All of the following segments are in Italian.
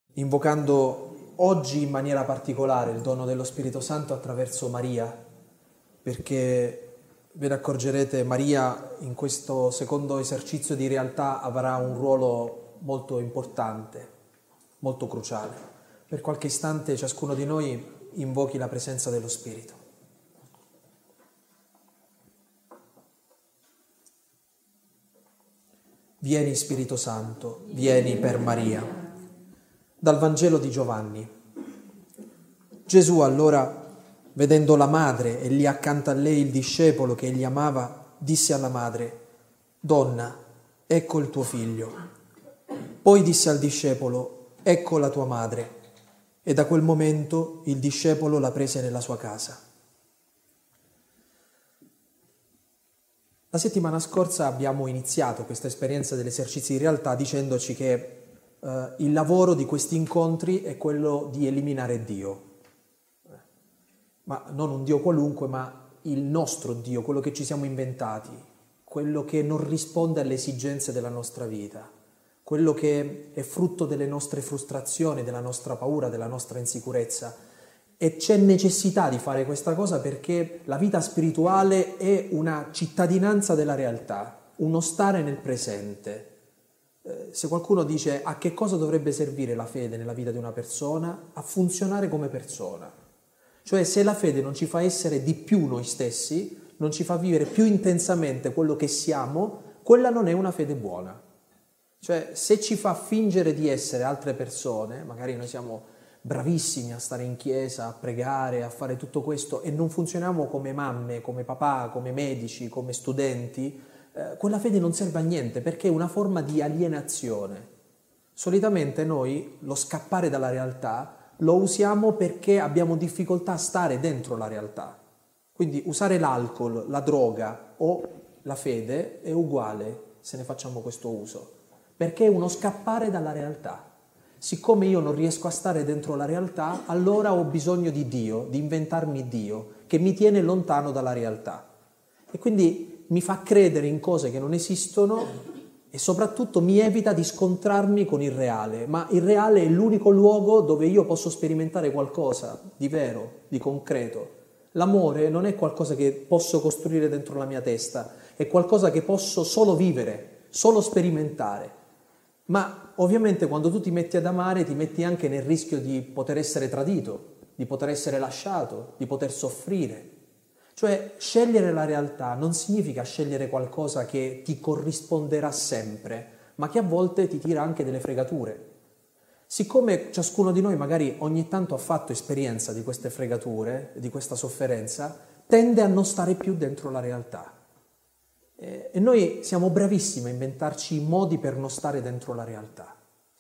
invocando oggi in maniera particolare il dono dello Spirito Santo attraverso Maria, perché ve ne accorgerete, Maria in questo secondo esercizio di realtà avrà un ruolo molto importante, molto cruciale. Per qualche istante ciascuno di noi invochi la presenza dello Spirito. Vieni Spirito Santo, vieni per Maria. Dal Vangelo di Giovanni. Gesù allora, vedendo la madre e lì accanto a lei il discepolo che egli amava, disse alla madre: «Donna, ecco il tuo figlio». Poi disse al discepolo: «Ecco la tua madre». E da quel momento il discepolo la prese nella sua casa. La settimana scorsa abbiamo iniziato questa esperienza degli esercizi di realtà dicendoci che il lavoro di questi incontri è quello di eliminare Dio. Ma non un Dio qualunque, ma il nostro Dio, quello che ci siamo inventati, quello che non risponde alle esigenze della nostra vita, quello che è frutto delle nostre frustrazioni, della nostra paura, della nostra insicurezza. E c'è necessità di fare questa cosa perché la vita spirituale è una cittadinanza della realtà, uno stare nel presente. Se qualcuno dice a che cosa dovrebbe servire la fede nella vita di una persona, a funzionare come persona. Cioè se la fede non ci fa essere di più noi stessi, non ci fa vivere più intensamente quello che siamo, quella non è una fede buona. Cioè se ci fa fingere di essere altre persone, magari noi siamo bravissimi a stare in chiesa, a pregare, a fare tutto questo e non funzioniamo come mamme, come papà, come medici, come studenti, quella fede non serve a niente perché è una forma di alienazione. Solitamente noi lo scappare dalla realtà lo usiamo perché abbiamo difficoltà a stare dentro la realtà. Quindi usare l'alcol, la droga o la fede è uguale se ne facciamo questo uso, perché è uno scappare dalla realtà. Siccome io non riesco a stare dentro la realtà, allora ho bisogno di Dio, di inventarmi Dio, che mi tiene lontano dalla realtà. E quindi mi fa credere in cose che non esistono e soprattutto mi evita di scontrarmi con il reale. Ma il reale è l'unico luogo dove io posso sperimentare qualcosa di vero, di concreto. L'amore non è qualcosa che posso costruire dentro la mia testa, è qualcosa che posso solo vivere, solo sperimentare. Ma ovviamente quando tu ti metti ad amare ti metti anche nel rischio di poter essere tradito, di poter essere lasciato, di poter soffrire. Cioè scegliere la realtà non significa scegliere qualcosa che ti corrisponderà sempre, ma che a volte ti tira anche delle fregature. Siccome ciascuno di noi magari ogni tanto ha fatto esperienza di queste fregature, di questa sofferenza, tende a non stare più dentro la realtà. E noi siamo bravissimi a inventarci modi per non stare dentro la realtà.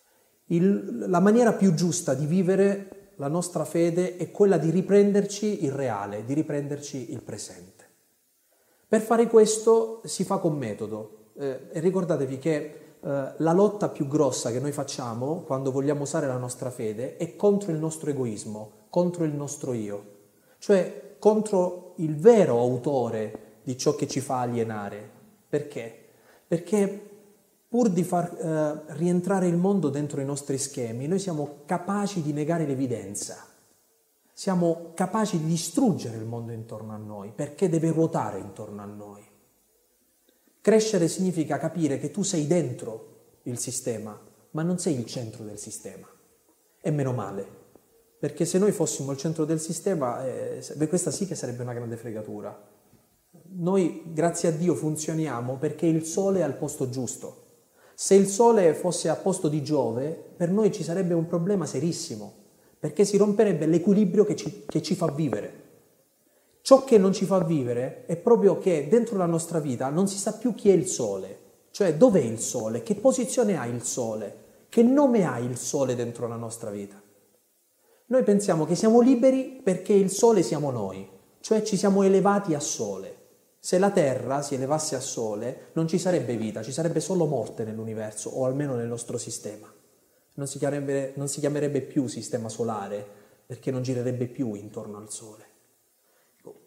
La maniera più giusta di vivere la nostra fede è quella di riprenderci il reale, di riprenderci il presente. Per fare questo si fa con metodo. E ricordatevi che la lotta più grossa che noi facciamo quando vogliamo usare la nostra fede è contro il nostro egoismo, contro il nostro io, cioè contro il vero autore di ciò che ci fa alienare. Perché? Perché pur di far rientrare il mondo dentro i nostri schemi, noi siamo capaci di negare l'evidenza, siamo capaci di distruggere il mondo intorno a noi, perché deve ruotare intorno a noi. Crescere significa capire che tu sei dentro il sistema, ma non sei il centro del sistema. E meno male. Perché se noi fossimo il centro del sistema, questa sì che sarebbe una grande fregatura. Noi, grazie a Dio, funzioniamo perché il Sole è al posto giusto. Se il Sole fosse a posto di Giove, per noi ci sarebbe un problema serissimo, perché si romperebbe l'equilibrio che ci fa vivere. Ciò che non ci fa vivere è proprio che dentro la nostra vita non si sa più chi è il Sole, cioè dov'è il Sole, che posizione ha il Sole, che nome ha il Sole dentro la nostra vita. Noi pensiamo che siamo liberi perché il Sole siamo noi, cioè ci siamo elevati a Sole. Se la Terra si elevasse a Sole non ci sarebbe vita, ci sarebbe solo morte nell'universo, o almeno nel nostro sistema. Non si chiamerebbe più sistema solare, perché non girerebbe più intorno al Sole.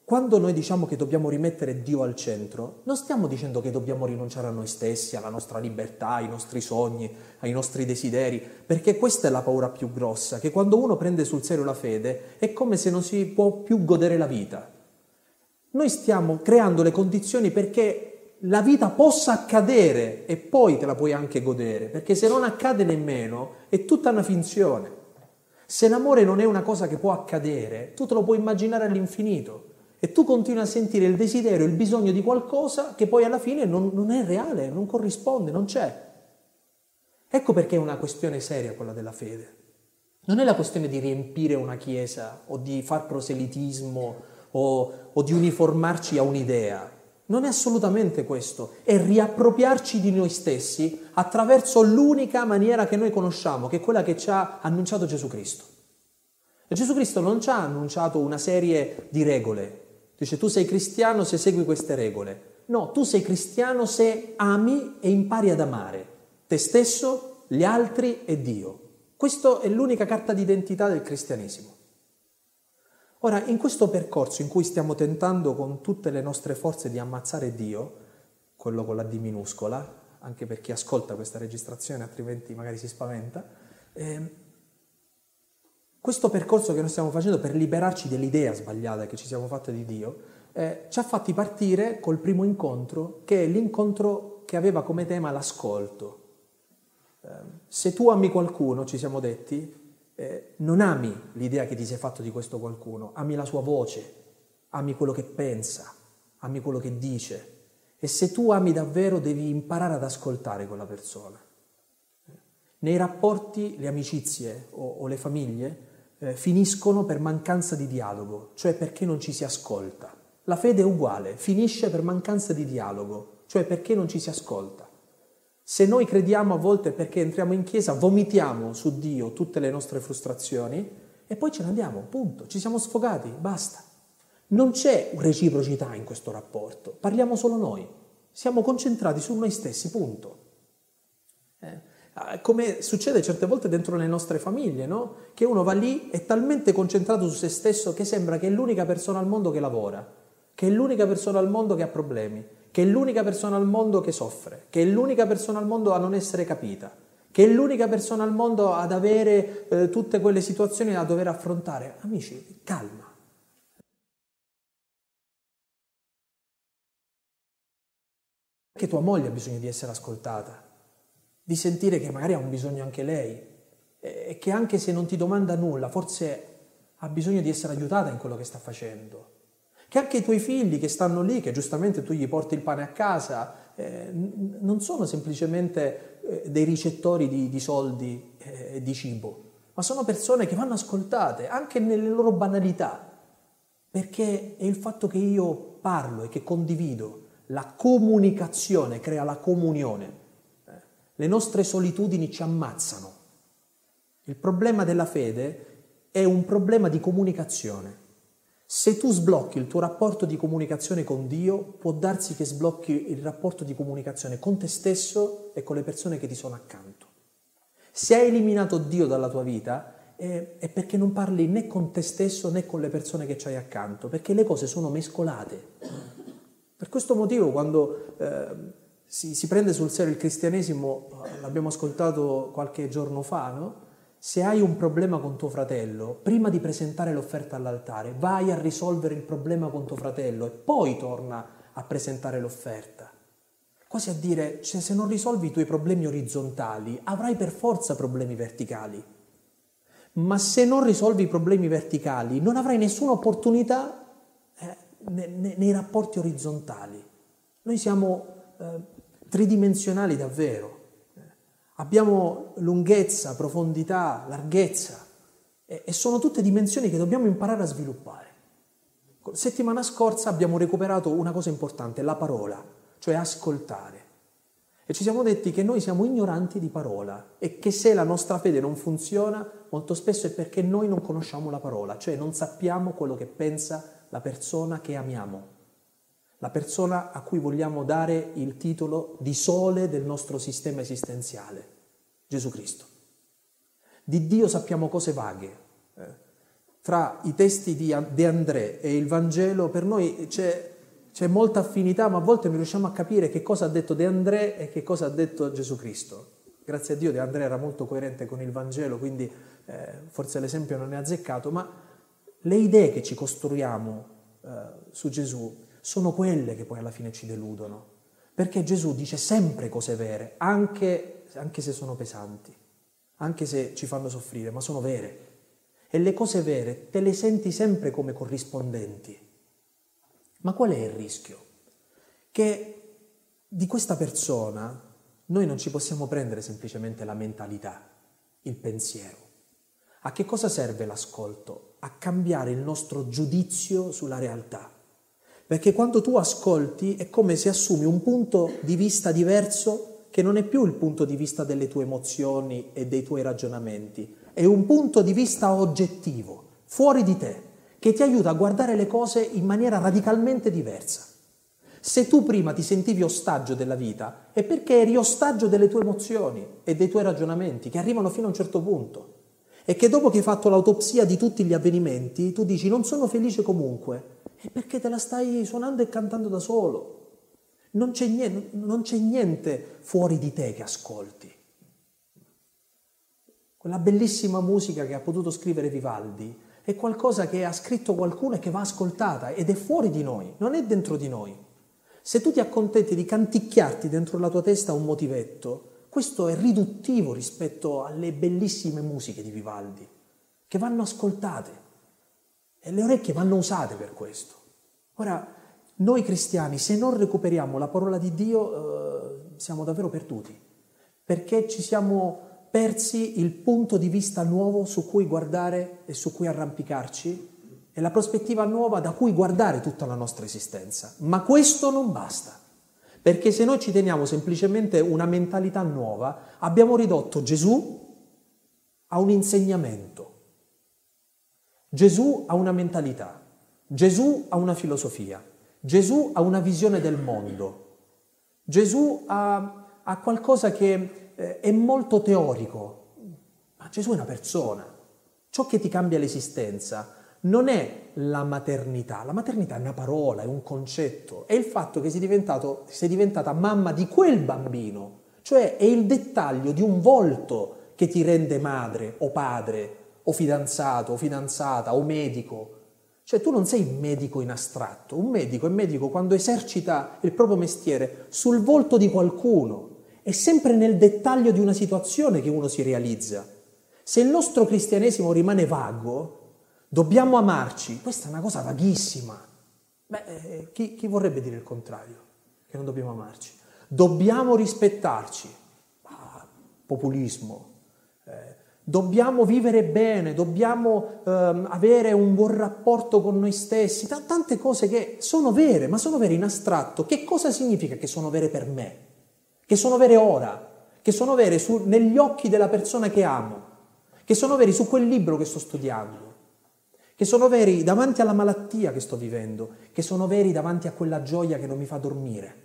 quando noi diciamo che dobbiamo rimettere Dio al centro, non stiamo dicendo che dobbiamo rinunciare a noi stessi, alla nostra libertà, ai nostri sogni, ai nostri desideri, perché questa è la paura più grossa, che quando uno prende sul serio la fede è come se non si può più godere la vita. Noi stiamo creando le condizioni perché la vita possa accadere e poi te la puoi anche godere, perché se non accade nemmeno è tutta una finzione. Se l'amore non è una cosa che può accadere, tu te lo puoi immaginare all'infinito e tu continui a sentire il desiderio, il bisogno di qualcosa che poi alla fine non è reale, non corrisponde, non c'è. Ecco perché è una questione seria quella della fede. Non è la questione di riempire una chiesa o di far proselitismo o di uniformarci a un'idea. Non è assolutamente questo, è riappropriarci di noi stessi attraverso l'unica maniera che noi conosciamo, che è quella che ci ha annunciato Gesù Cristo. E Gesù Cristo non ci ha annunciato una serie di regole. Dice, tu sei cristiano se segui queste regole. No, tu sei cristiano se ami e impari ad amare te stesso, gli altri e Dio. Questa è l'unica carta d'identità del cristianesimo. Ora, in questo percorso in cui stiamo tentando con tutte le nostre forze di ammazzare Dio, quello con la D minuscola, anche per chi ascolta questa registrazione, altrimenti magari si spaventa, questo percorso che noi stiamo facendo per liberarci dell'idea sbagliata che ci siamo fatte di Dio, ci ha fatti partire col primo incontro, che è l'incontro che aveva come tema l'ascolto. Se tu ami qualcuno, ci siamo detti, non ami l'idea che ti sei fatto di questo qualcuno, ami la sua voce, ami quello che pensa, ami quello che dice. E se tu ami davvero devi imparare ad ascoltare quella persona. Nei rapporti, le amicizie o le famiglie finiscono per mancanza di dialogo, cioè perché non ci si ascolta. La fede è uguale, finisce per mancanza di dialogo, cioè perché non ci si ascolta. Se noi crediamo a volte perché entriamo in chiesa, vomitiamo su Dio tutte le nostre frustrazioni e poi ce ne andiamo, punto, ci siamo sfogati, basta. Non c'è reciprocità in questo rapporto, parliamo solo noi, siamo concentrati su noi stessi, punto. Come succede certe volte dentro le nostre famiglie, no? Che uno va lì, è talmente concentrato su se stesso che sembra che è l'unica persona al mondo che lavora, che è l'unica persona al mondo che ha problemi, che è l'unica persona al mondo che soffre, che è l'unica persona al mondo a non essere capita, che è l'unica persona al mondo ad avere tutte quelle situazioni da dover affrontare. Amici, calma. Anche tua moglie ha bisogno di essere ascoltata, di sentire che magari ha un bisogno anche lei e che anche se non ti domanda nulla, forse ha bisogno di essere aiutata in quello che sta facendo. Che anche i tuoi figli che stanno lì, che giustamente tu gli porti il pane a casa, non sono semplicemente dei ricettori di soldi e di cibo, ma sono persone che vanno ascoltate anche nelle loro banalità, perché è il fatto che io parlo e che condivido. La comunicazione crea la comunione. Le nostre solitudini ci ammazzano. Il problema della fede è un problema di comunicazione. Se tu sblocchi il tuo rapporto di comunicazione con Dio, può darsi che sblocchi il rapporto di comunicazione con te stesso e con le persone che ti sono accanto. Se hai eliminato Dio dalla tua vita, è perché non parli né con te stesso né con le persone che c'hai accanto, perché le cose sono mescolate. Per questo motivo, quando si prende sul serio il cristianesimo, l'abbiamo ascoltato qualche giorno fa, no? Se hai un problema con tuo fratello, prima di presentare l'offerta all'altare, vai a risolvere il problema con tuo fratello e poi torna a presentare l'offerta. Quasi a dire, cioè, se non risolvi i tuoi problemi orizzontali, avrai per forza problemi verticali. Ma se non risolvi i problemi verticali, non avrai nessuna opportunità nei rapporti orizzontali. Noi siamo tridimensionali davvero. Abbiamo lunghezza, profondità, larghezza e sono tutte dimensioni che dobbiamo imparare a sviluppare. Settimana scorsa abbiamo recuperato una cosa importante, la parola, cioè ascoltare. E ci siamo detti che noi siamo ignoranti di parola e che se la nostra fede non funziona, molto spesso è perché noi non conosciamo la parola, cioè non sappiamo quello che pensa la persona che amiamo, la persona a cui vogliamo dare il titolo di sole del nostro sistema esistenziale, Gesù Cristo. Di Dio sappiamo cose vaghe, Tra i testi di De André e il Vangelo, per noi c'è molta affinità, ma a volte non riusciamo a capire che cosa ha detto De André e che cosa ha detto Gesù Cristo. Grazie a Dio De André era molto coerente con il Vangelo, quindi forse l'esempio non è azzeccato, ma le idee che ci costruiamo su Gesù sono quelle che poi alla fine ci deludono, perché Gesù dice sempre cose vere, anche se sono pesanti, anche se ci fanno soffrire, ma sono vere. E le cose vere te le senti sempre come corrispondenti. Ma qual è il rischio? Che di questa persona noi non ci possiamo prendere semplicemente la mentalità, il pensiero. A che cosa serve l'ascolto? A cambiare il nostro giudizio sulla realtà. Perché quando tu ascolti è come se assumi un punto di vista diverso che non è più il punto di vista delle tue emozioni e dei tuoi ragionamenti, è un punto di vista oggettivo, fuori di te, che ti aiuta a guardare le cose in maniera radicalmente diversa. Se tu prima ti sentivi ostaggio della vita, è perché eri ostaggio delle tue emozioni e dei tuoi ragionamenti, che arrivano fino a un certo punto. E che dopo che hai fatto l'autopsia di tutti gli avvenimenti, tu dici non sono felice comunque, è perché te la stai suonando e cantando da solo. Non c'è niente fuori di te che ascolti. Quella bellissima musica che ha potuto scrivere Vivaldi è qualcosa che ha scritto qualcuno e che va ascoltata ed è fuori di noi, non è dentro di noi. Se tu ti accontenti di canticchiarti dentro la tua testa un motivetto, questo è riduttivo rispetto alle bellissime musiche di Vivaldi, che vanno ascoltate e le orecchie vanno usate per questo. Ora, noi cristiani, se non recuperiamo la parola di Dio, siamo davvero perduti, perché ci siamo persi il punto di vista nuovo su cui guardare e su cui arrampicarci e la prospettiva nuova da cui guardare tutta la nostra esistenza. Ma questo non basta, perché se noi ci teniamo semplicemente una mentalità nuova, abbiamo ridotto Gesù a un insegnamento, Gesù a una mentalità, Gesù a una filosofia, Gesù a una visione del mondo, Gesù a qualcosa che è molto teorico, ma Gesù è una persona. Ciò che ti cambia l'esistenza non è la maternità è una parola, è un concetto, è il fatto che sei diventata mamma di quel bambino, cioè è il dettaglio di un volto che ti rende madre o padre o fidanzato o fidanzata o medico. Cioè tu non sei medico in astratto, un medico è medico quando esercita il proprio mestiere sul volto di qualcuno. È sempre nel dettaglio di una situazione che uno si realizza. Se il nostro cristianesimo rimane vago, dobbiamo amarci, questa è una cosa vaghissima. Chi vorrebbe dire il contrario? Che non dobbiamo amarci. Dobbiamo rispettarci. Populismo. Dobbiamo vivere bene, dobbiamo avere un buon rapporto con noi stessi. Tante cose che sono vere, ma sono vere in astratto. Che cosa significa che sono vere per me? Che sono vere ora, che sono vere negli occhi della persona che amo, che sono veri su quel libro che sto studiando, che sono veri davanti alla malattia che sto vivendo, che sono veri davanti a quella gioia che non mi fa dormire.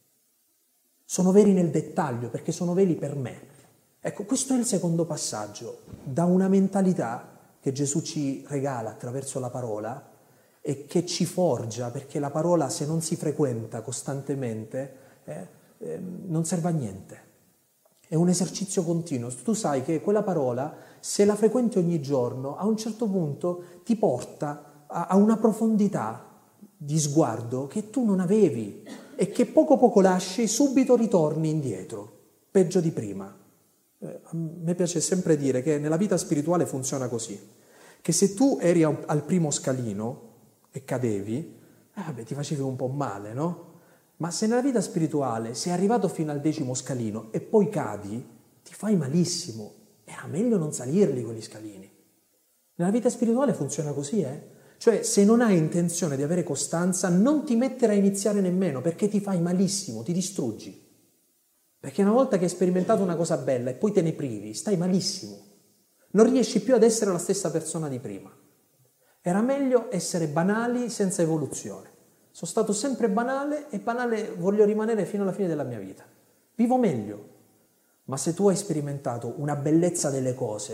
Sono veri nel dettaglio perché sono veri per me. Ecco, questo è il secondo passaggio, da una mentalità che Gesù ci regala attraverso la parola e che ci forgia, perché la parola se non si frequenta costantemente non serve a niente, è un esercizio continuo. Tu sai che quella parola, se la frequenti ogni giorno, a un certo punto ti porta a una profondità di sguardo che tu non avevi e che poco poco lasci, subito ritorni indietro, peggio di prima. A me piace sempre dire che nella vita spirituale funziona così, che se tu eri al primo scalino e cadevi, ti facevi un po' male, no? Ma se nella vita spirituale sei arrivato fino al 10° scalino e poi cadi, ti fai malissimo. Era meglio non salirli quegli scalini. Nella vita spirituale funziona così, Cioè, se non hai intenzione di avere costanza, non ti mettere a iniziare nemmeno, perché ti fai malissimo, ti distruggi. Perché una volta che hai sperimentato una cosa bella e poi te ne privi, stai malissimo. Non riesci più ad essere la stessa persona di prima. Era meglio essere banali senza evoluzione. Sono stato sempre banale e banale voglio rimanere fino alla fine della mia vita. Vivo meglio. Ma se tu hai sperimentato una bellezza delle cose,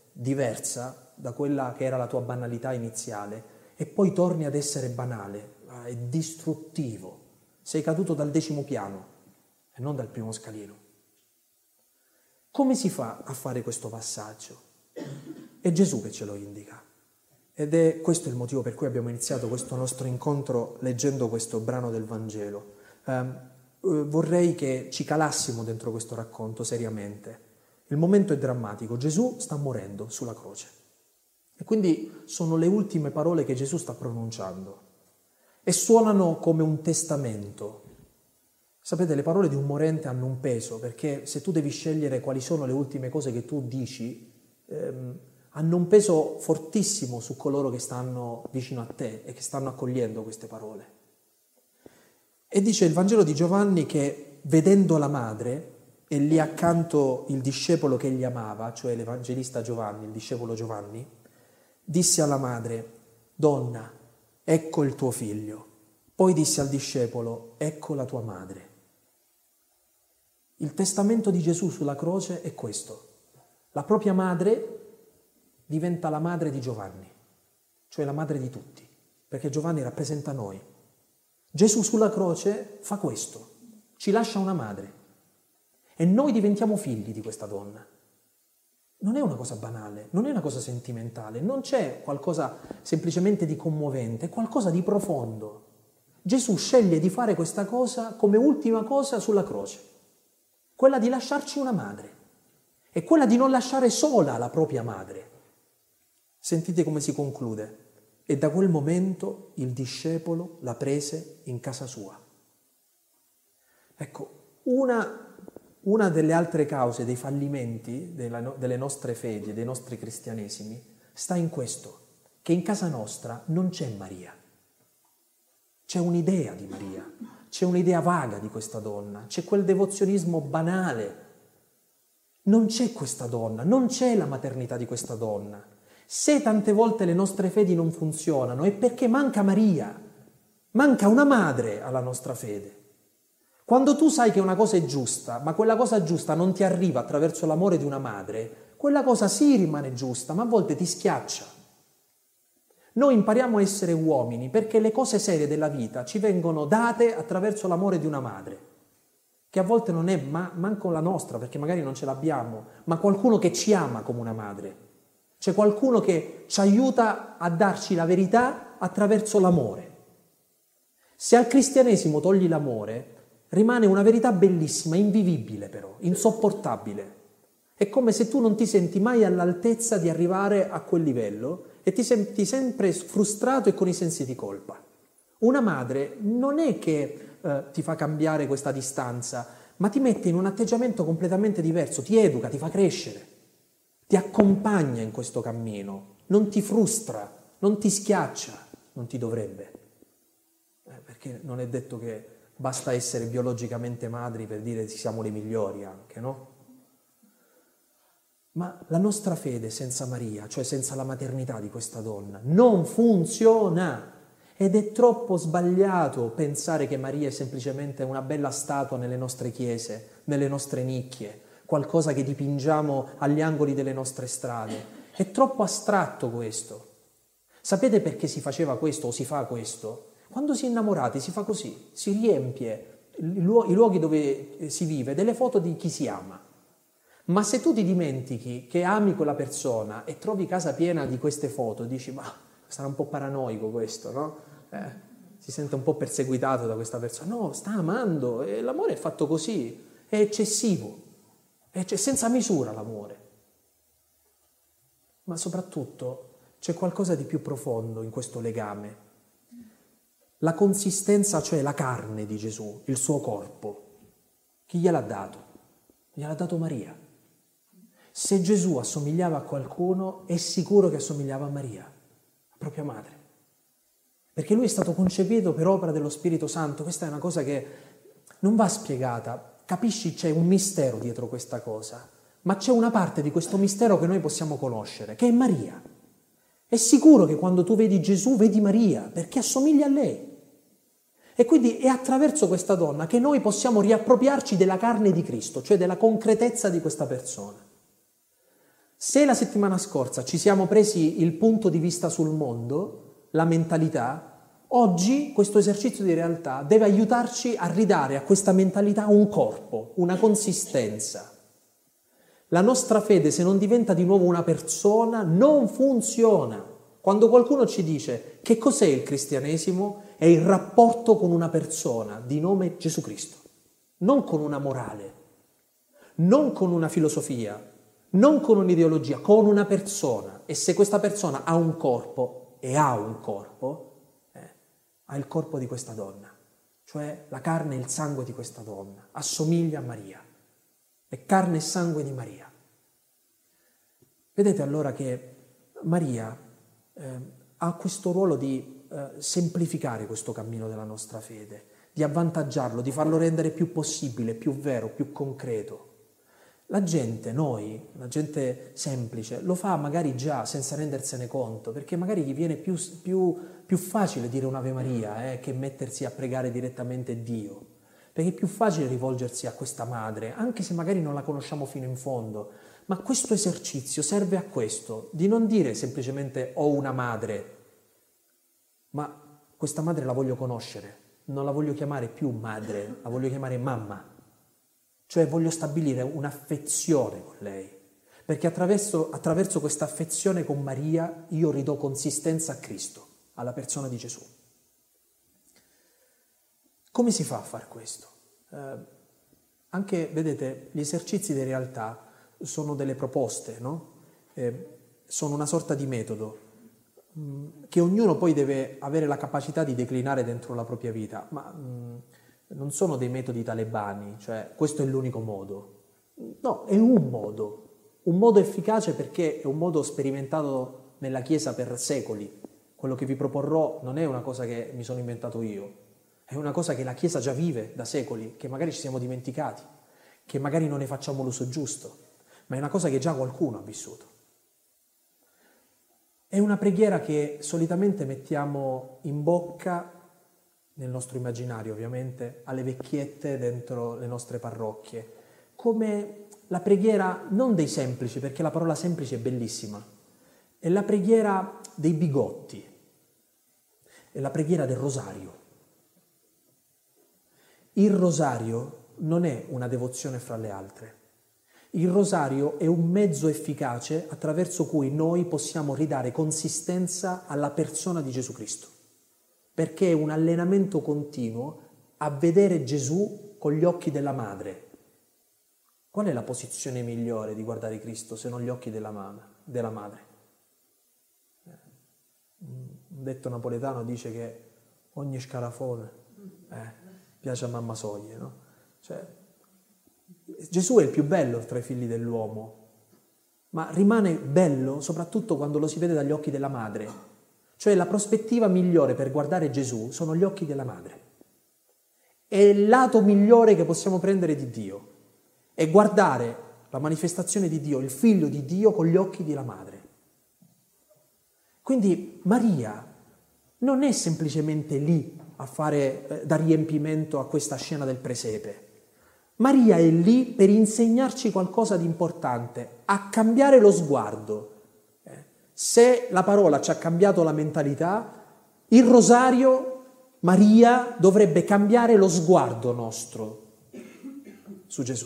diversa da quella che era la tua banalità iniziale e poi torni ad essere banale, è distruttivo. Sei caduto dal 10° piano e non dal primo scalino. Come si fa a fare questo passaggio? È Gesù che ce lo indica. Ed è questo il motivo per cui abbiamo iniziato questo nostro incontro leggendo questo brano del Vangelo. Vorrei che ci calassimo dentro questo racconto seriamente. Il momento è drammatico, Gesù sta morendo sulla croce. E quindi sono le ultime parole che Gesù sta pronunciando. E suonano come un testamento. Sapete, le parole di un morente hanno un peso, perché se tu devi scegliere quali sono le ultime cose che tu dici, hanno un peso fortissimo su coloro che stanno vicino a te e che stanno accogliendo queste parole. E dice il Vangelo di Giovanni che vedendo la madre e lì accanto il discepolo che egli amava, cioè l'Evangelista Giovanni, il discepolo Giovanni, disse alla madre: «Donna, ecco il tuo figlio». Poi disse al discepolo: «Ecco la tua madre». Il testamento di Gesù sulla croce è questo. La propria madre diventa la madre di Giovanni, cioè la madre di tutti, perché Giovanni rappresenta noi. Gesù sulla croce fa questo, ci lascia una madre e noi diventiamo figli di questa donna. Non è una cosa banale, non è una cosa sentimentale, non c'è qualcosa semplicemente di commovente, è qualcosa di profondo. Gesù sceglie di fare questa cosa come ultima cosa sulla croce, quella di lasciarci una madre e quella di non lasciare sola la propria madre. Sentite come si conclude. E da quel momento il discepolo la prese in casa sua. Ecco, una delle altre cause dei fallimenti delle nostre fedi, dei nostri cristianesimi, sta in questo, che in casa nostra non c'è Maria. C'è un'idea di Maria, c'è un'idea vaga di questa donna, c'è quel devozionismo banale. Non c'è questa donna, non c'è la maternità di questa donna. Se tante volte le nostre fedi non funzionano è perché manca Maria, manca una madre alla nostra fede. Quando tu sai che una cosa è giusta, ma quella cosa giusta non ti arriva attraverso l'amore di una madre, quella cosa sì rimane giusta, ma a volte ti schiaccia. Noi impariamo a essere uomini perché le cose serie della vita ci vengono date attraverso l'amore di una madre, che a volte non è manco la nostra, perché magari non ce l'abbiamo, ma qualcuno che ci ama come una madre. C'è qualcuno che ci aiuta a darci la verità attraverso l'amore. Se al cristianesimo togli l'amore, rimane una verità bellissima, invivibile però, insopportabile. È come se tu non ti senti mai all'altezza di arrivare a quel livello e ti senti sempre frustrato e con i sensi di colpa. Una madre non è che ti fa cambiare questa distanza, ma ti mette in un atteggiamento completamente diverso, ti educa, ti fa crescere. Ti accompagna in questo cammino, non ti frustra, non ti schiaccia, non ti dovrebbe. Perché non è detto che basta essere biologicamente madri per dire che siamo le migliori anche, no? Ma la nostra fede senza Maria, cioè senza la maternità di questa donna, non funziona. Ed è troppo sbagliato pensare che Maria è semplicemente una bella statua nelle nostre chiese, nelle nostre nicchie, qualcosa che dipingiamo agli angoli delle nostre strade. È troppo astratto questo. Sapete perché si faceva questo o si fa questo? Quando si è innamorati si fa così, si riempie i luoghi dove si vive delle foto di chi si ama. Ma se tu ti dimentichi che ami quella persona e trovi casa piena di queste foto, dici, ma sarà un po' paranoico questo, no? Si sente un po' perseguitato da questa persona. No, sta amando, e l'amore è fatto così, è eccessivo. C'è senza misura l'amore. Ma soprattutto c'è qualcosa di più profondo in questo legame. La consistenza, cioè la carne di Gesù, il suo corpo. Chi gliel'ha dato? Gliel'ha dato Maria. Se Gesù assomigliava a qualcuno, è sicuro che assomigliava a Maria, la propria madre. Perché lui è stato concepito per opera dello Spirito Santo. Questa è una cosa che non va spiegata. Capisci, c'è un mistero dietro questa cosa, ma c'è una parte di questo mistero che noi possiamo conoscere, che è Maria. È sicuro che quando tu vedi Gesù vedi Maria, perché assomiglia a lei. E quindi è attraverso questa donna che noi possiamo riappropriarci della carne di Cristo, cioè della concretezza di questa persona. Se la settimana scorsa ci siamo presi il punto di vista sul mondo, la mentalità, oggi questo esercizio di realtà deve aiutarci a ridare a questa mentalità un corpo, una consistenza. La nostra fede, se non diventa di nuovo una persona, non funziona. Quando qualcuno ci dice che cos'è il cristianesimo, è il rapporto con una persona di nome Gesù Cristo, non con una morale, non con una filosofia, non con un'ideologia, con una persona. E se questa persona ha un corpo, e ha un corpo, ha il corpo di questa donna, cioè la carne e il sangue di questa donna, assomiglia a Maria, è carne e sangue di Maria. Vedete allora che Maria ha questo ruolo di semplificare questo cammino della nostra fede, di avvantaggiarlo, di farlo rendere più possibile, più vero, più concreto. La gente, noi, la gente semplice, lo fa magari già senza rendersene conto, perché magari gli viene più facile dire un'Ave Maria che mettersi a pregare direttamente Dio, perché è più facile rivolgersi a questa madre, anche se magari non la conosciamo fino in fondo. Ma questo esercizio serve a questo, di non dire semplicemente ho una madre, ma questa madre la voglio conoscere, non la voglio chiamare più madre, la voglio chiamare mamma. Cioè voglio stabilire un'affezione con lei, perché attraverso questa affezione con Maria io ridò consistenza a Cristo, alla persona di Gesù. Come si fa a fare questo? Anche, vedete, gli esercizi di realtà sono delle proposte, no? Sono una sorta di metodo che ognuno poi deve avere la capacità di declinare dentro la propria vita, ma non sono dei metodi talebani, cioè questo è l'unico modo. No, è un modo efficace perché è un modo sperimentato nella Chiesa per secoli. Quello che vi proporrò non è una cosa che mi sono inventato io, è una cosa che la Chiesa già vive da secoli, che magari ci siamo dimenticati, che magari non ne facciamo l'uso giusto, ma è una cosa che già qualcuno ha vissuto. È una preghiera che solitamente mettiamo in bocca, nel nostro immaginario ovviamente, alle vecchiette dentro le nostre parrocchie, come la preghiera non dei semplici, perché la parola semplice è bellissima, è la preghiera dei bigotti, è la preghiera del rosario. Il rosario non è una devozione fra le altre. Il rosario è un mezzo efficace attraverso cui noi possiamo ridare consistenza alla persona di Gesù Cristo, perché è un allenamento continuo a vedere Gesù con gli occhi della madre. Qual è la posizione migliore di guardare Cristo se non gli occhi della madre? Un detto napoletano dice che ogni scarafone piace a mamma soglie, no? Cioè, Gesù è il più bello tra i figli dell'uomo, ma rimane bello soprattutto quando lo si vede dagli occhi della madre. Cioè la prospettiva migliore per guardare Gesù sono gli occhi della madre. È il lato migliore che possiamo prendere di Dio, è guardare la manifestazione di Dio, il figlio di Dio con gli occhi della madre. Quindi Maria non è semplicemente lì a fare da riempimento a questa scena del presepe. Maria è lì per insegnarci qualcosa di importante, a cambiare lo sguardo. Se la parola ci ha cambiato la mentalità, il rosario, Maria, dovrebbe cambiare lo sguardo nostro su Gesù.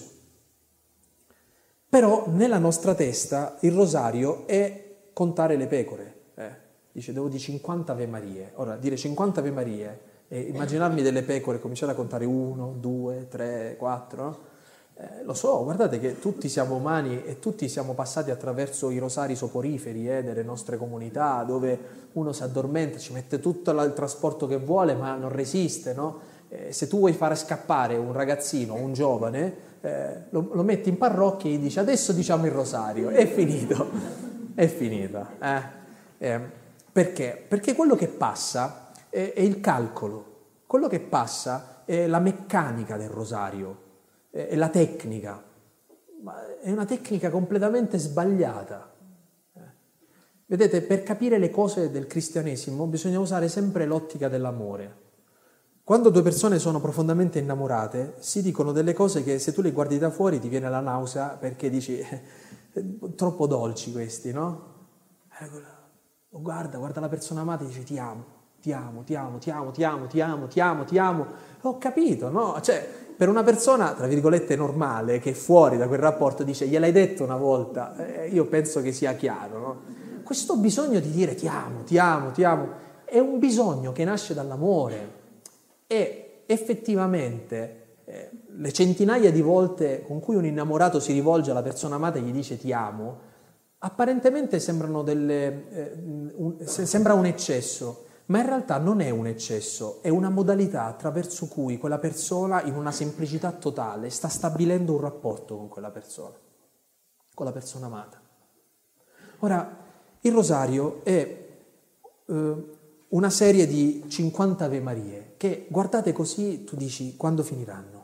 Però nella nostra testa il rosario è contare le pecore. Dice, devo dire 50 Ave Marie. Ora, dire 50 Ave Marie e immaginarmi delle pecore, cominciare a contare 1, 2, 3, 4, no? Lo so, guardate che tutti siamo umani e tutti siamo passati attraverso i rosari soporiferi delle nostre comunità, dove uno si addormenta, ci mette tutto il trasporto che vuole, ma non resiste, no? Se tu vuoi fare scappare un ragazzino, un giovane, lo metti in parrocchia e gli dici adesso diciamo il rosario, è finito, è finita. Perché? Perché quello che passa è il calcolo, quello che passa è la meccanica del rosario, è la tecnica, ma è una tecnica completamente sbagliata. Vedete, per capire le cose del cristianesimo bisogna usare sempre l'ottica dell'amore. Quando due persone sono profondamente innamorate, si dicono delle cose che se tu le guardi da fuori ti viene la nausea perché dici troppo dolci questi, no? Guarda la persona amata e dice ti amo, ti amo, ti amo, ti amo, ti amo, ti amo, ti amo, ti amo. Ho capito, no? Cioè, per una persona, tra virgolette, normale, che è fuori da quel rapporto, dice gliel'hai detto una volta, io penso che sia chiaro, no? Questo bisogno di dire ti amo, ti amo, ti amo, è un bisogno che nasce dall'amore e effettivamente le centinaia di volte con cui un innamorato si rivolge alla persona amata e gli dice ti amo, apparentemente sembrano sembra un eccesso, ma in realtà non è un eccesso, è una modalità attraverso cui quella persona, in una semplicità totale, sta stabilendo un rapporto con quella persona, con la persona amata. Ora, il rosario è una serie di 50 Ave Marie che, guardate così, tu dici, quando finiranno?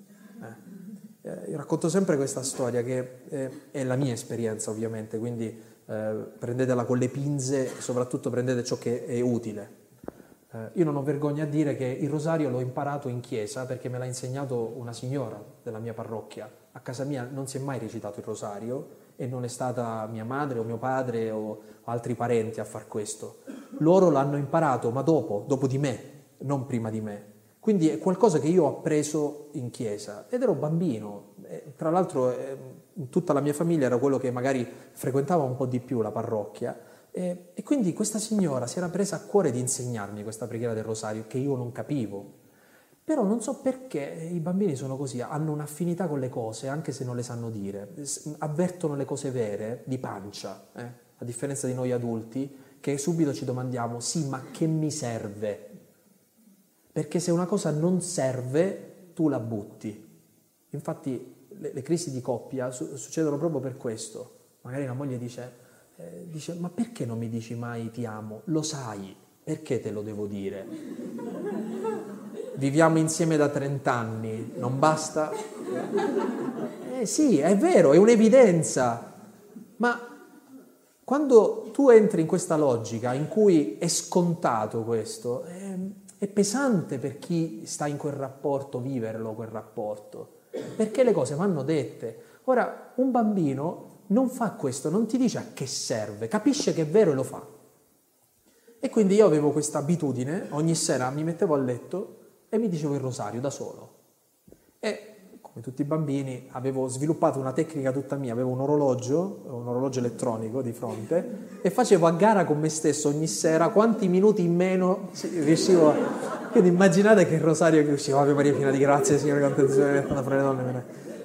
Io racconto sempre questa storia che è la mia esperienza, ovviamente, quindi prendetela con le pinze e soprattutto prendete ciò che è utile. Io non ho vergogna a dire che il rosario l'ho imparato in chiesa perché me l'ha insegnato una signora della mia parrocchia. A casa mia non si è mai recitato il rosario e non è stata mia madre o mio padre o altri parenti a far questo. Loro l'hanno imparato, ma dopo di me, non prima di me. Quindi è qualcosa che io ho appreso in chiesa ed ero bambino. Tra l'altro in tutta la mia famiglia ero quello che magari frequentava un po' di più la parrocchia e quindi questa signora si era presa a cuore di insegnarmi questa preghiera del rosario che io non capivo. Però non so perché i bambini sono così, hanno un'affinità con le cose anche se non le sanno dire, avvertono le cose vere di pancia, a differenza di noi adulti che subito ci domandiamo sì, ma che mi serve? Perché se una cosa non serve, tu la butti. Infatti le crisi di coppia succedono proprio per questo. Magari la moglie dice, ma perché non mi dici mai ti amo? Lo sai, perché te lo devo dire? Viviamo insieme da 30 anni, non basta? Sì, è vero, è un'evidenza. Ma quando tu entri in questa logica in cui è scontato questo, è pesante per chi sta in quel rapporto, viverlo quel rapporto, perché le cose vanno dette. Ora, un bambino non fa questo, non ti dice a che serve, capisce che è vero e lo fa. E quindi io avevo questa abitudine, ogni sera mi mettevo a letto e mi dicevo il rosario da solo. E come tutti i bambini avevo sviluppato una tecnica tutta mia, avevo un orologio elettronico di fronte e facevo a gara con me stesso ogni sera quanti minuti in meno riuscivo a... Quindi immaginate che il rosario che usciva, Ave Maria piena di grazia, Signore contenzione fra le donne.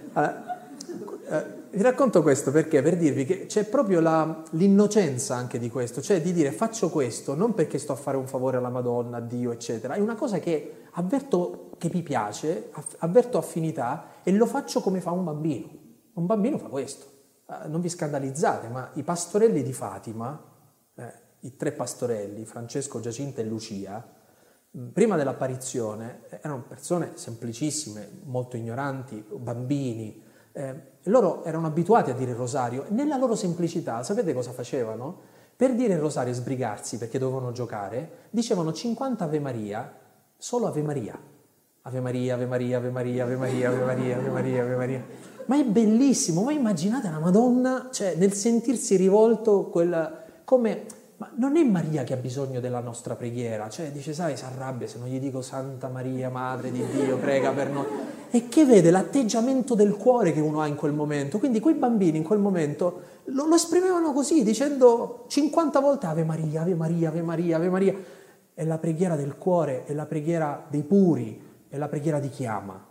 Vi racconto questo perché? Per dirvi che c'è proprio l'innocenza anche di questo, cioè di dire faccio questo non perché sto a fare un favore alla Madonna, a Dio, eccetera, è una cosa che avverto che mi piace, avverto affinità e lo faccio come fa un bambino. Un bambino fa questo. Non vi scandalizzate, ma i pastorelli di Fatima, i 3 pastorelli, Francesco, Giacinta e Lucia, prima dell'apparizione erano persone semplicissime, molto ignoranti, bambini. Loro erano abituati a dire il rosario e nella loro semplicità, sapete cosa facevano? Per dire il rosario e sbrigarsi perché dovevano giocare, dicevano 50 Ave Maria, solo Ave Maria. Ave Maria, Ave Maria, Ave Maria, Ave Maria, Ave Maria, Ave Maria, Ave Maria. Ma è bellissimo, voi immaginate la Madonna, cioè nel sentirsi rivolto come... Ma non è Maria che ha bisogno della nostra preghiera, cioè dice, sai, si arrabbia se non gli dico Santa Maria, Madre di Dio, prega per noi. E che vede l'atteggiamento del cuore che uno ha in quel momento. Quindi quei bambini in quel momento lo esprimevano così, dicendo 50 volte Ave Maria, Ave Maria, Ave Maria, Ave Maria. È la preghiera del cuore, è la preghiera dei puri, è la preghiera di chi ama.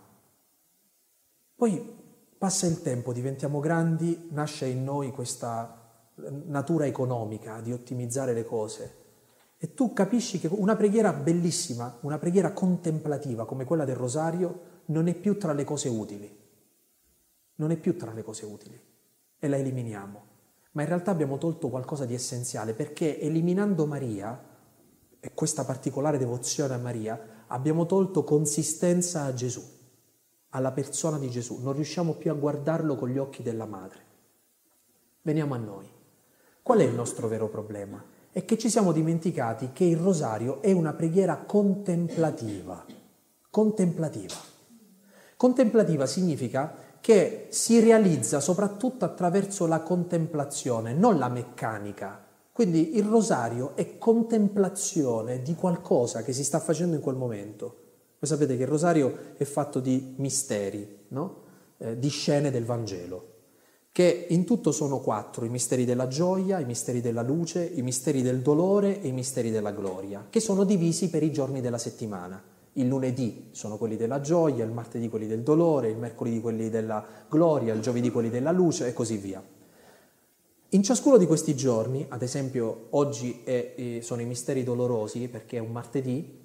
Poi passa il tempo, diventiamo grandi, nasce in noi questa natura economica di ottimizzare le cose e tu capisci che una preghiera bellissima, una preghiera contemplativa come quella del rosario non è più tra le cose utili, non è più tra le cose utili e la eliminiamo, ma in realtà abbiamo tolto qualcosa di essenziale perché eliminando Maria e questa particolare devozione a Maria abbiamo tolto consistenza a Gesù, alla persona di Gesù, non riusciamo più a guardarlo con gli occhi della madre. Veniamo a noi. Qual è il nostro vero problema? È che ci siamo dimenticati che il rosario è una preghiera contemplativa. Contemplativa. Contemplativa significa che si realizza soprattutto attraverso la contemplazione, non la meccanica. Quindi il rosario è contemplazione di qualcosa che si sta facendo in quel momento. Voi sapete che il rosario è fatto di misteri, no? Di scene del Vangelo, che in tutto sono 4, i misteri della gioia, i misteri della luce, i misteri del dolore e i misteri della gloria, che sono divisi per i giorni della settimana. Il lunedì sono quelli della gioia, il martedì quelli del dolore, il mercoledì quelli della gloria, il giovedì quelli della luce e così via. In ciascuno di questi giorni, ad esempio oggi sono i misteri dolorosi perché è un martedì,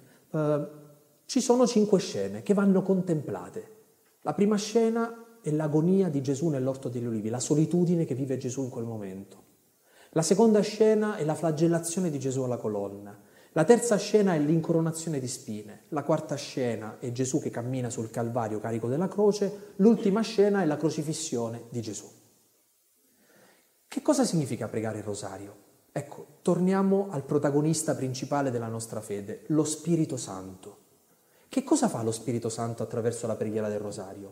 ci sono 5 scene che vanno contemplate. La prima scena è l'agonia di Gesù nell'orto degli ulivi, la solitudine che vive Gesù in quel momento. La seconda scena è la flagellazione di Gesù alla colonna. La terza scena è l'incoronazione di spine. La quarta scena è Gesù che cammina sul Calvario carico della croce. L'ultima scena è la crocifissione di Gesù. Che cosa significa pregare il rosario? Ecco, torniamo al protagonista principale della nostra fede, lo Spirito Santo. Che cosa fa lo Spirito Santo attraverso la preghiera del rosario?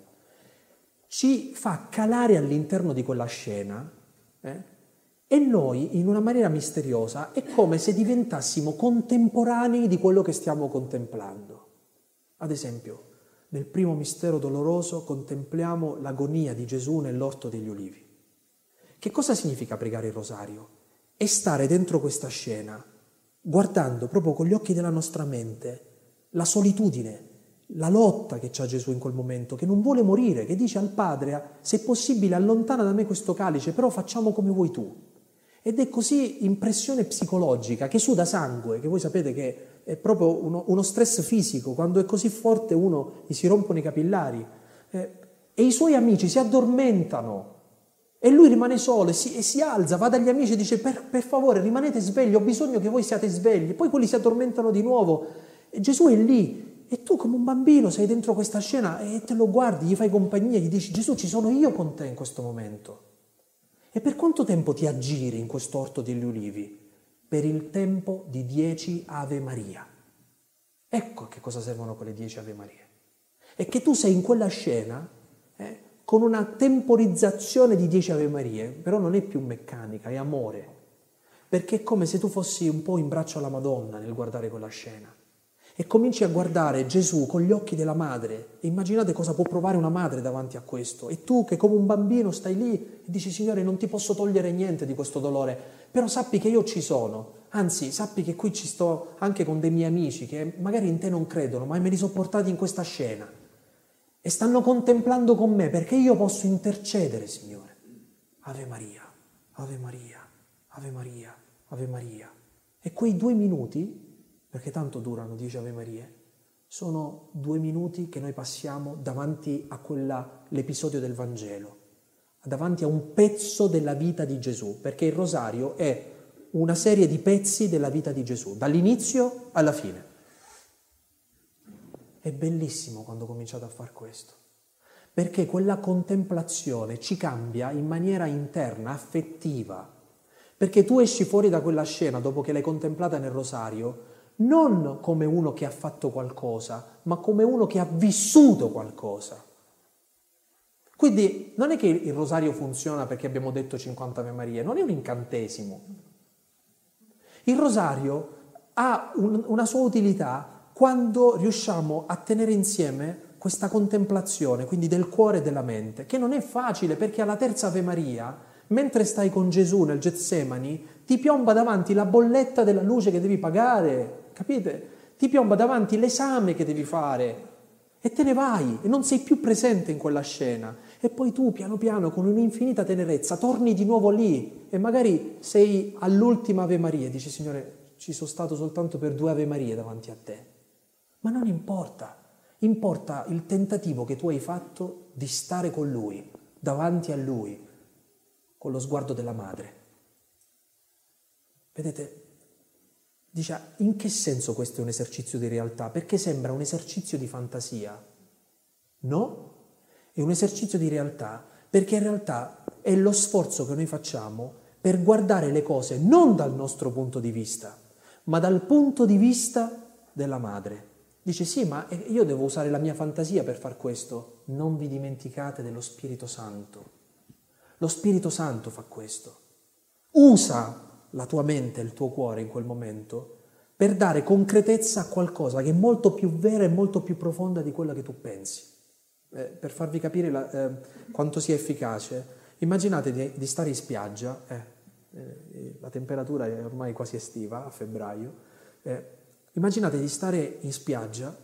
Ci fa calare all'interno di quella scena e noi, in una maniera misteriosa, è come se diventassimo contemporanei di quello che stiamo contemplando. Ad esempio, nel primo mistero doloroso contempliamo l'agonia di Gesù nell'orto degli ulivi. Che cosa significa pregare il rosario? È stare dentro questa scena, guardando proprio con gli occhi della nostra mente la solitudine, la lotta che c'ha Gesù in quel momento, che non vuole morire, che dice al Padre: se possibile allontana da me questo calice, però facciamo come vuoi tu. Ed è così impressione psicologica, che suda sangue, che voi sapete che è proprio uno stress fisico, quando è così forte gli si rompono i capillari. E i suoi amici si addormentano e lui rimane solo e si alza, va dagli amici e dice: per favore rimanete svegli, ho bisogno che voi siate svegli. Poi quelli si addormentano di nuovo e Gesù è lì e tu come un bambino sei dentro questa scena e te lo guardi, gli fai compagnia, gli dici: Gesù, ci sono io con te in questo momento. E per quanto tempo ti aggiri in questo orto degli ulivi? Per il tempo di 10 Ave Maria. Ecco a che cosa servono quelle 10 Ave Maria. E che tu sei in quella scena con una temporizzazione di 10 Ave Marie, però non è più meccanica, è amore. Perché è come se tu fossi un po' in braccio alla Madonna nel guardare quella scena. E cominci a guardare Gesù con gli occhi della madre. E immaginate cosa può provare una madre davanti a questo. E tu che come un bambino stai lì e dici: Signore, non ti posso togliere niente di questo dolore, però sappi che io ci sono. Anzi, sappi che qui ci sto anche con dei miei amici che magari in te non credono, ma me li sono portati in questa scena. E stanno contemplando con me perché io posso intercedere, Signore. Ave Maria, Ave Maria, Ave Maria, Ave Maria. E quei 2 minuti, perché tanto durano 10 Ave Marie, sono 2 minuti che noi passiamo davanti a l'episodio del Vangelo, davanti a un pezzo della vita di Gesù, perché il rosario è una serie di pezzi della vita di Gesù, dall'inizio alla fine. È bellissimo quando cominciate a fare questo, perché quella contemplazione ci cambia in maniera interna, affettiva, perché tu esci fuori da quella scena dopo che l'hai contemplata nel rosario, non come uno che ha fatto qualcosa, ma come uno che ha vissuto qualcosa. Quindi non è che il rosario funziona perché abbiamo detto 50 Ave Marie, non è un incantesimo. Il rosario ha una sua utilità quando riusciamo a tenere insieme questa contemplazione, quindi del cuore e della mente, che non è facile perché alla terza Ave Maria, mentre stai con Gesù nel Getsemani, ti piomba davanti la bolletta della luce che devi pagare, capite? Ti piomba davanti l'esame che devi fare e te ne vai e non sei più presente in quella scena. E poi tu piano piano con un'infinita tenerezza torni di nuovo lì e magari sei all'ultima Ave Maria e dici: Signore, ci sono stato soltanto per 2 Ave Marie davanti a te. Ma non importa, importa il tentativo che tu hai fatto di stare con Lui, davanti a Lui, con lo sguardo della madre. Vedete? Dice: in che senso questo è un esercizio di realtà? Perché sembra un esercizio di fantasia. No, è un esercizio di realtà perché in realtà è lo sforzo che noi facciamo per guardare le cose non dal nostro punto di vista, ma dal punto di vista della madre. Dice sì, ma io devo usare la mia fantasia per far questo. Non vi dimenticate dello Spirito Santo. Lo Spirito Santo fa questo. Usa la tua mente, il tuo cuore in quel momento per dare concretezza a qualcosa che è molto più vera e molto più profonda di quella che tu pensi. Per farvi capire quanto sia efficace, immaginate di stare in spiaggia, la temperatura è ormai quasi estiva, a febbraio, immaginate di stare in spiaggia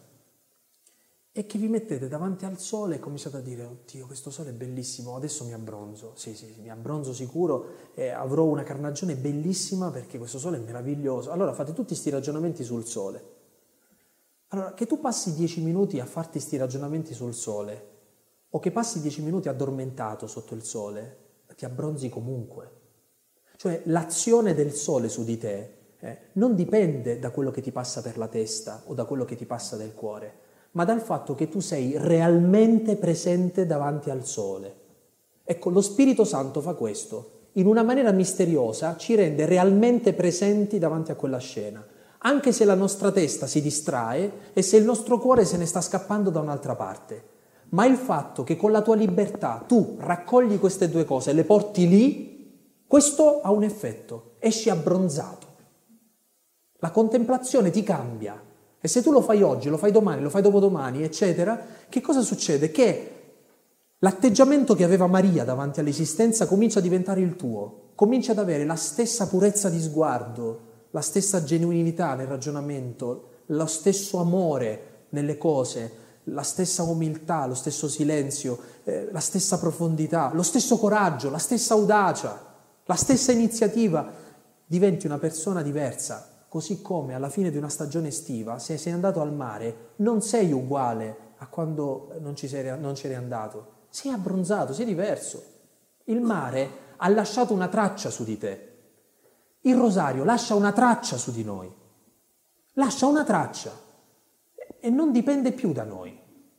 e che vi mettete davanti al sole e cominciate a dire: oddio, questo sole è bellissimo, adesso mi abbronzo. Sì, mi abbronzo sicuro e avrò una carnagione bellissima perché questo sole è meraviglioso. Allora fate tutti questi ragionamenti sul sole. Allora, che tu passi 10 minuti a farti questi ragionamenti sul sole o che passi 10 minuti addormentato sotto il sole, ti abbronzi comunque. Cioè l'azione del sole su di te non dipende da quello che ti passa per la testa o da quello che ti passa del cuore, ma dal fatto che tu sei realmente presente davanti al sole. Ecco, lo Spirito Santo fa questo. In una maniera misteriosa ci rende realmente presenti davanti a quella scena, anche se la nostra testa si distrae e se il nostro cuore se ne sta scappando da un'altra parte. Ma il fatto che con la tua libertà tu raccogli queste due cose e le porti lì, questo ha un effetto, esci abbronzato. La contemplazione ti cambia. E se tu lo fai oggi, lo fai domani, lo fai dopodomani, eccetera, che cosa succede? Che l'atteggiamento che aveva Maria davanti all'esistenza comincia a diventare il tuo, cominci ad avere la stessa purezza di sguardo, la stessa genuinità nel ragionamento, lo stesso amore nelle cose, la stessa umiltà, lo stesso silenzio, la stessa profondità, lo stesso coraggio, la stessa audacia, la stessa iniziativa. Diventi una persona diversa. Così come alla fine di una stagione estiva, se sei andato al mare, non sei uguale a quando non c'eri andato. Sei abbronzato, sei diverso. Il mare ha lasciato una traccia su di te. Il rosario lascia una traccia su di noi. Lascia una traccia e non dipende più da noi.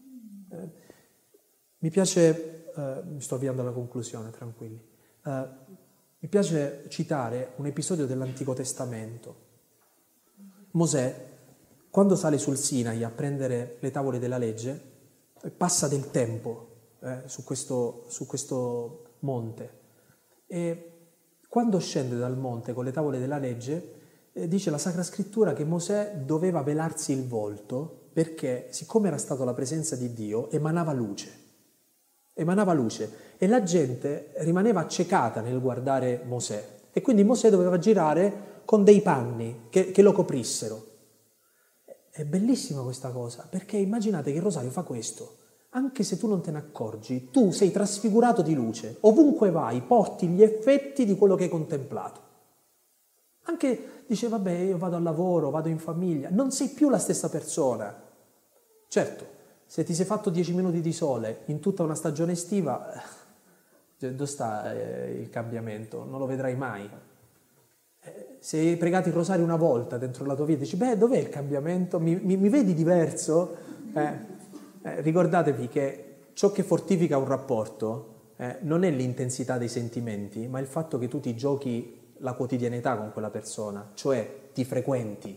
Mi piace, mi sto avviando alla conclusione, tranquilli. Mi piace citare un episodio dell'Antico Testamento. Mosè, quando sale sul Sinai a prendere le tavole della legge, passa del tempo su questo monte e quando scende dal monte con le tavole della legge dice la Sacra Scrittura che Mosè doveva velarsi il volto perché, siccome era stata la presenza di Dio, emanava luce e la gente rimaneva accecata nel guardare Mosè e quindi Mosè doveva girare con dei panni che lo coprissero. È bellissima questa cosa, perché immaginate che il rosario fa questo. Anche se tu non te ne accorgi, tu sei trasfigurato di luce. Ovunque vai, porti gli effetti di quello che hai contemplato. Anche dice, vabbè, io vado al lavoro, vado in famiglia, non sei più la stessa persona. Certo, se ti sei fatto 10 minuti di sole in tutta una stagione estiva, dove sta il cambiamento? Non lo vedrai mai. Se hai pregato il rosario una volta dentro la tua vita, dici, dov'è il cambiamento? Mi vedi diverso? Ricordatevi che ciò che fortifica un rapporto non è l'intensità dei sentimenti, ma il fatto che tu ti giochi la quotidianità con quella persona, cioè ti frequenti.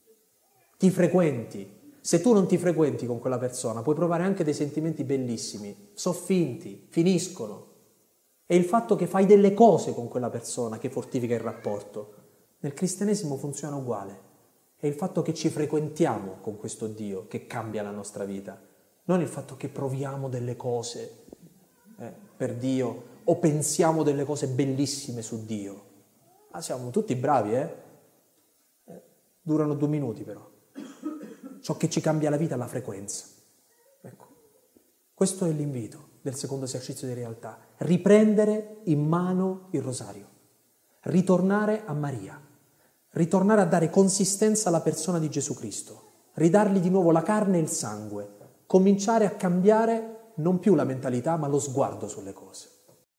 Se tu non ti frequenti con quella persona, puoi provare anche dei sentimenti bellissimi, sono finti, finiscono. È il fatto che fai delle cose con quella persona che fortifica il rapporto. Nel cristianesimo funziona uguale. È il fatto che ci frequentiamo con questo Dio che cambia la nostra vita. Non il fatto che proviamo delle cose per Dio o pensiamo delle cose bellissime su Dio. Ma siamo tutti bravi, Durano 2 minuti però. Ciò che ci cambia la vita è la frequenza. Ecco. Questo è l'invito del secondo esercizio di realtà. Riprendere in mano il rosario. Ritornare a Maria. Ritornare a dare consistenza alla persona di Gesù Cristo. Ridargli di nuovo la carne e il sangue. Cominciare a cambiare non più la mentalità, ma lo sguardo sulle cose.